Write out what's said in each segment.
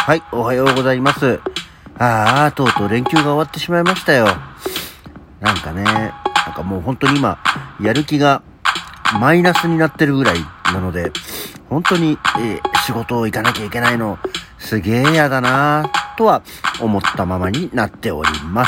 はい、おはようございます。とうとう連休が終わってしまいましたよ。なんかもう本当に今、やる気がマイナスになってるぐらいなので、本当に、仕事を行かなきゃいけないの、すげえ嫌だなぁ、とは思ったままになっております。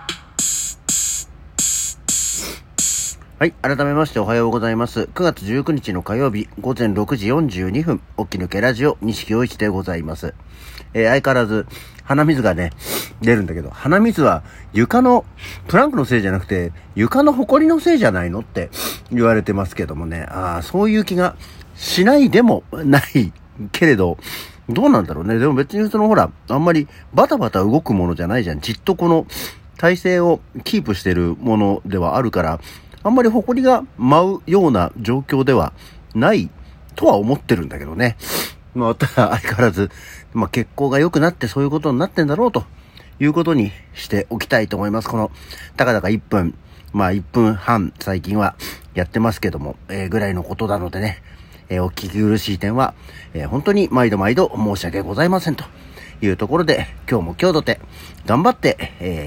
はい。改めましておはようございます。9月19日の火曜日午前6時42分、起き抜けラジオ西京一でございます。相変わらず鼻水がね、出るんだけど、鼻水は床のプランクのせいじゃなくて、床の埃のせいじゃないのって言われてますけどもね、そういう気がしないでもないけれど、どうなんだろうね。でも別にほら、あんまりバタバタ動くものじゃないじゃん。じっとこの体勢をキープしてるものではあるから、あんまり埃が舞うような状況ではないとは思ってるんだけどね。ただ相変わらず、血行が良くなってそういうことになってんだろうということにしておきたいと思います。この、たかだか1分、1分半最近はやってますけども、ぐらいのことなのでね、お聞き苦しい点は、本当に毎度申し訳ございませんというところで、今日も今日とて頑張って、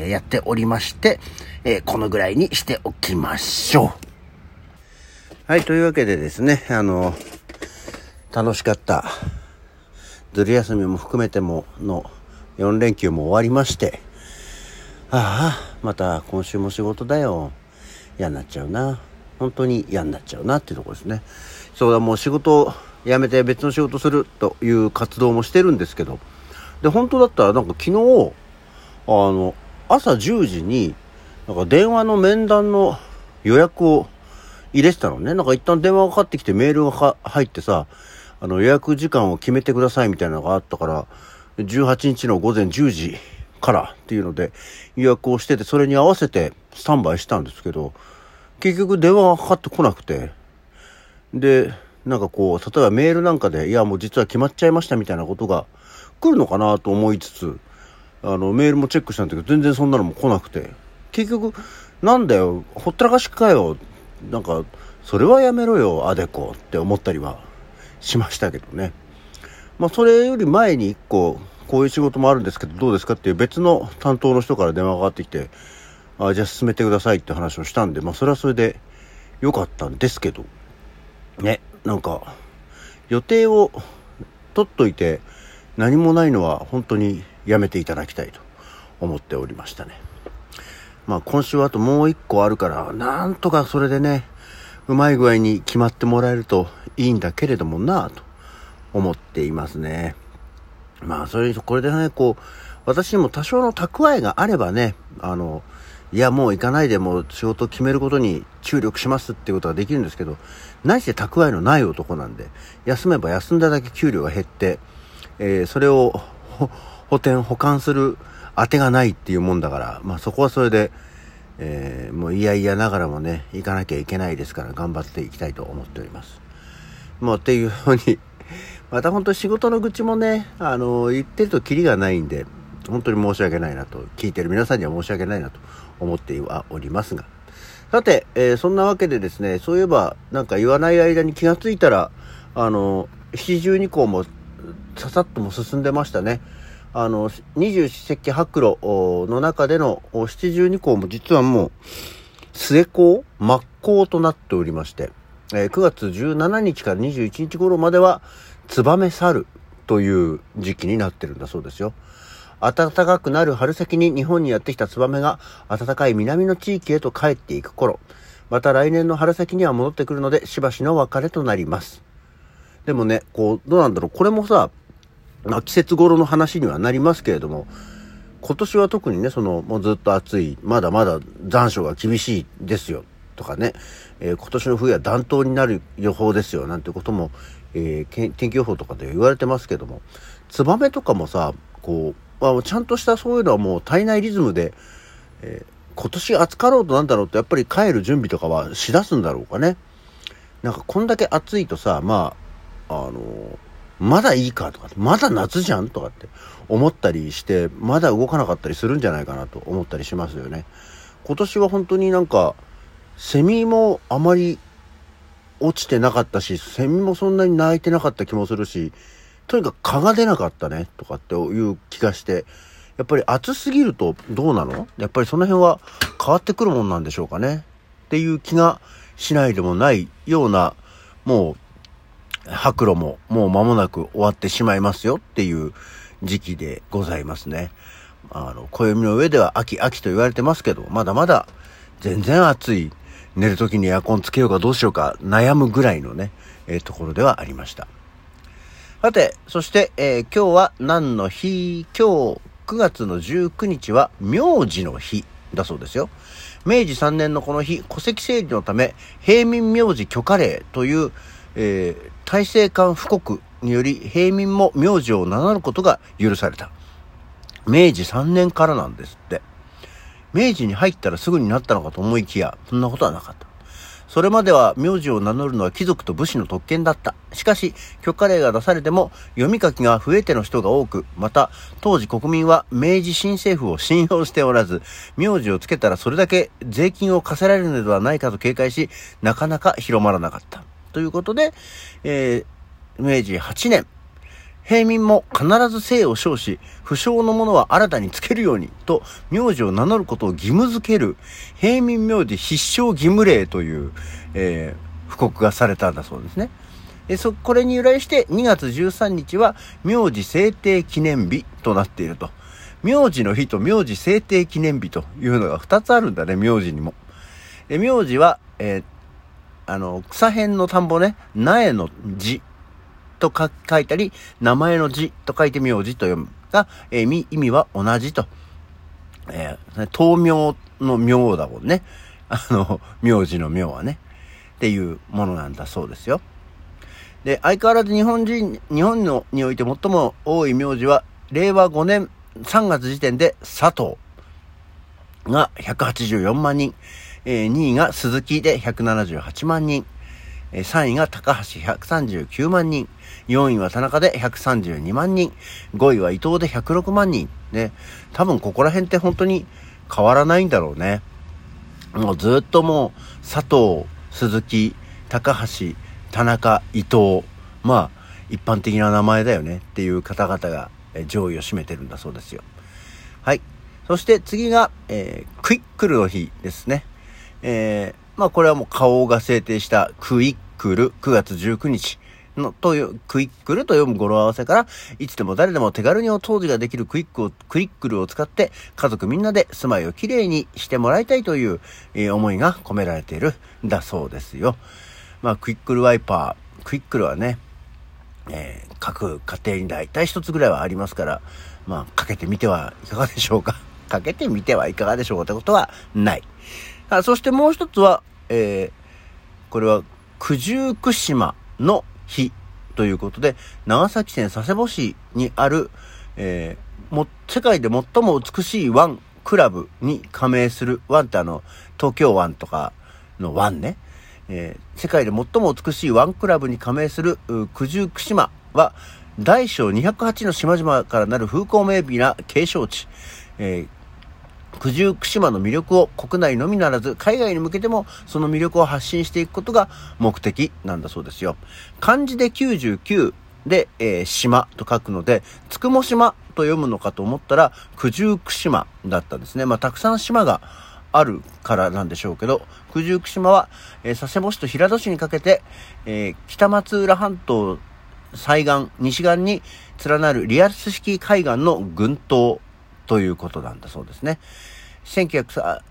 やっておりまして、このぐらいにしておきましょう。はい、というわけでですね、楽しかったずる休みも含めてもの4連休も終わりまして、また今週も仕事だよ。嫌になっちゃうな。本当に嫌になっちゃうなっていうところですね。そうだ、もう仕事を辞めて別の仕事するという活動もしてるんですけど、で本当だったら昨日朝10時に電話の面談の予約を入れてたのね。一旦電話がかかってきてメールが入ってさ、予約時間を決めてくださいみたいなのがあったから、18日の午前10時からっていうので予約をしてて、それに合わせてスタンバイしたんですけど、結局電話がかかってこなくて、で例えばメールなんかで、いやもう実は決まっちゃいましたみたいなことが来るのかなと思いつつ、メールもチェックしたんだけど、全然そんなのも来なくて、結局なんだよ、ほったらかしかよ、それはやめろよアデコって思ったりはしましたけどね。それより前に1個こういう仕事もあるんですけどどうですかっていう別の担当の人から電話がかかってきて、じゃあ進めてくださいって話をしたんで、それはそれで良かったんですけどね。予定を取っといて何もないのは本当にやめていただきたいと思っておりましたね。今週あともう一個あるから、なんとかそれでね、うまい具合に決まってもらえるといいんだけれどもなぁと思っていますね。これでね、私にも多少の蓄えがあればね、いやもう行かないでもう仕事を決めることに注力しますっていうことができるんですけど、何せ蓄えのない男なんで、休めば休んだだけ給料が減って、それを補完する当てがないっていうもんだから、そこはそれで、もう嫌ながらもね、行かなきゃいけないですから頑張っていきたいと思っております。っていうように、また本当に仕事の愚痴もね、言ってるとキリがないんで、本当に申し訳ないなと、聞いてる皆さんには申し訳ないなと思ってはおりますが、さて、そんなわけでですね、そういえば言わない間に気がついたら、七十二候もささっとも進んでましたね。二十四節気白露の中での七十二候も実はもう末候、末候となっておりまして、9月17日から21日頃までは燕去という時期になってるんだそうですよ。暖かくなる春先に日本にやってきたツバメが暖かい南の地域へと帰っていく頃、また来年の春先には戻ってくるのでしばしの別れとなります。でもね、どうなんだろう、これもさ、季節頃の話にはなりますけれども、今年は特にね、もうずっと暑い、まだまだ残暑が厳しいですよとかね、今年の冬は暖冬になる予報ですよなんてことも、天気予報とかで言われてますけども、ツバメとかもさ、ちゃんとしたそういうのはもう体内リズムで、今年暑かろうとなんだろうとやっぱり帰る準備とかはしだすんだろうかね。こんだけ暑いとさ、まだいいかとか、まだ夏じゃんとかって思ったりして、まだ動かなかったりするんじゃないかなと思ったりしますよね。今年は本当にセミもあまり落ちてなかったし、セミもそんなに鳴いてなかった気もするし、 とにかく蚊が出なかったねとかっていう気がして、やっぱり暑すぎるとどうなの？やっぱりその辺は変わってくるもんなんでしょうかねっていう気がしないでもないような、もう白露ももう間もなく終わってしまいますよっていう時期でございますね。暦の上では秋と言われてますけど、まだまだ全然暑い、寝るときにエアコンつけようかどうしようか悩むぐらいのね、ところではありました。さて、そして、今日は何の日？今日9月の19日は名字の日だそうですよ。明治3年のこの日、戸籍整理のため平民名字許可令という、大政官布告により平民も名字を名乗ることが許された。明治3年からなんですって。明治に入ったらすぐになったのかと思いきや、そんなことはなかった。それまでは名字を名乗るのは貴族と武士の特権だった。しかし、許可令が出されても読み書きが増えての人が多く、また当時国民は明治新政府を信用しておらず、名字をつけたらそれだけ税金を課せられるのではないかと警戒し、なかなか広まらなかった。ということで、明治8年、平民も必ず姓を称し、不詳の者は新たにつけるようにと名字を名乗ることを義務付ける平民名字必勝義務令という、布告がされたんだそうですね。これに由来して2月13日は名字制定記念日となっていると。名字の日と名字制定記念日というのが2つあるんだね、名字にも。名字は、草辺の田んぼね、苗の字と書いたり、名前の字と書いて名字と読むが、意味は同じと。豆苗の苗だもんね。名字の苗はね。っていうものなんだそうですよ。で、相変わらず日本において最も多い名字は、令和5年3月時点で佐藤が184万人、2位が鈴木で178万人、3位が高橋139万人、4位は田中で132万人、5位は伊藤で106万人。ね、多分ここら辺って本当に変わらないんだろうね。もうずっともう佐藤、鈴木、高橋、田中、伊藤、まあ一般的な名前だよねっていう方々が上位を占めてるんだそうですよ。はい。そして次が、クイックルの日ですね。まあこれはもう花王が制定したクイックル9月19日のクイックルと読む語呂合わせから、いつでも誰でも手軽にお掃除ができるクイックルを使って家族みんなで住まいをきれいにしてもらいたいという、思いが込められているんだそうですよ。まあクイックルワイパー、クイックルはね、各家庭に大体一つぐらいはありますから、まあかけてみてはいかがでしょうか。かけてみてはいかがでしょうかってことはない。そしてもう一つは、これは九十九島の日ということで、長崎県佐世保市にある、世界で最も美しい湾クラブに加盟する、湾って東京湾とかの湾ね、世界で最も美しい湾クラブに加盟する九十九島は大小208の島々からなる風光明媚な景勝地、九十九島の魅力を国内のみならず海外に向けてもその魅力を発信していくことが目的なんだそうですよ。漢字で99で、島と書くので、つくも島と読むのかと思ったら九十九島だったんですね。まあたくさん島があるからなんでしょうけど、九十九島は、佐世保市と平戸市にかけて、北松浦半島西岸西岸に連なるリアス式海岸の群島ということなんだそうですね。昭和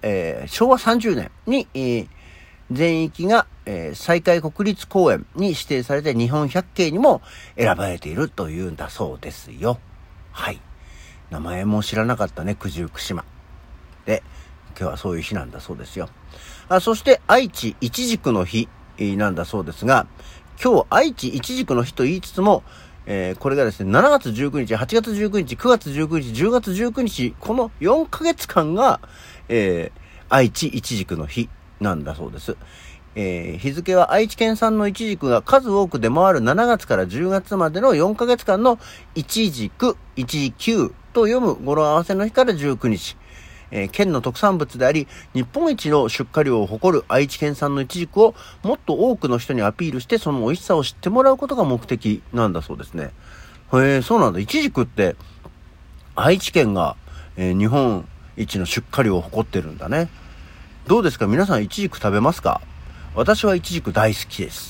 30年に、全域が、西海国立公園に指定されて日本百景にも選ばれているというんだそうですよ。はい。名前も知らなかったね、九十九島。で、今日はそういう日なんだそうですよ。そして愛知いちじくの日なんだそうですが、今日愛知いちじくの日と言いつつも、これがですね、7月19日、8月19日、9月19日、10月19日、この4ヶ月間が、愛知いちじくの日なんだそうです。日付は愛知県産のいちじくが数多く出回る7月から10月までの4ヶ月間のいちじく、いちじきゅうと読む語呂合わせの日から19日。県の特産物であり、日本一の出荷量を誇る愛知県産のイチジクをもっと多くの人にアピールして、その美味しさを知ってもらうことが目的なんだそうですね。 そうなんだ。イチジクって、愛知県が、日本一の出荷量を誇ってるんだね。どうですか皆さん、イチジク食べますか？私はイチジク大好きです。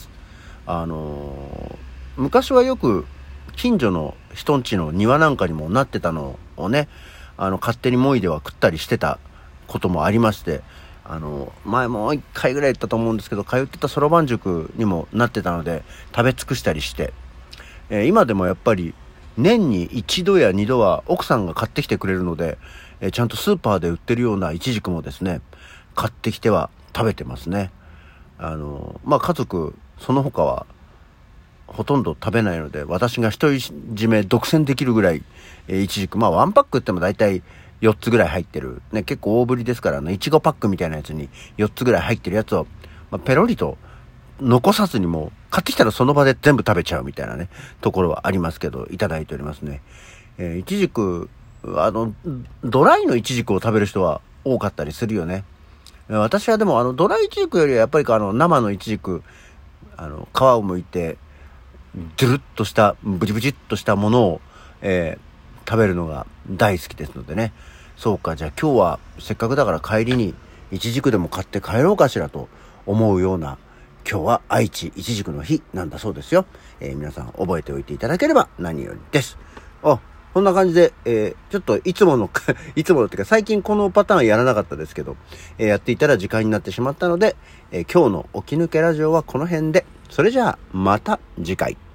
昔はよく近所の人ん家の庭なんかにもなってたのをね、勝手にもいでは食ったりしてたこともありまして、前も1回ぐらい行ったと思うんですけど、通ってたそろばん塾にもなってたので、食べ尽くしたりして、今でもやっぱり年に一度や二度は奥さんが買ってきてくれるので、ちゃんとスーパーで売ってるようなイチジクもですね、買ってきては食べてますね。家族その他はほとんど食べないので、私が独り占め独占できるぐらい、イチジク、ワンパックってもだいたい4つぐらい入ってるね、結構大ぶりですからね、いちごパックみたいなやつに4つぐらい入ってるやつを、ペロリと残さずにもう買ってきたらその場で全部食べちゃうみたいなねところはありますけど、いただいておりますね。イチジク、ドライのイチジクを食べる人は多かったりするよね。私はでもドライイチジクよりはやっぱり生のイチジク、皮を剥いてドゥルッとしたブチブチっとしたものを、食べるのが大好きですのでね。そうか、じゃあ今日はせっかくだから帰りにイチジクでも買って帰ろうかしらと思うような、今日は愛知イチジクの日なんだそうですよ。皆さん覚えておいていただければ何よりです。こんな感じで、ちょっといつものっていうか最近このパターンやらなかったですけど、やっていたら時間になってしまったので、今日の起き抜けラジオはこの辺で、それじゃあまた次回。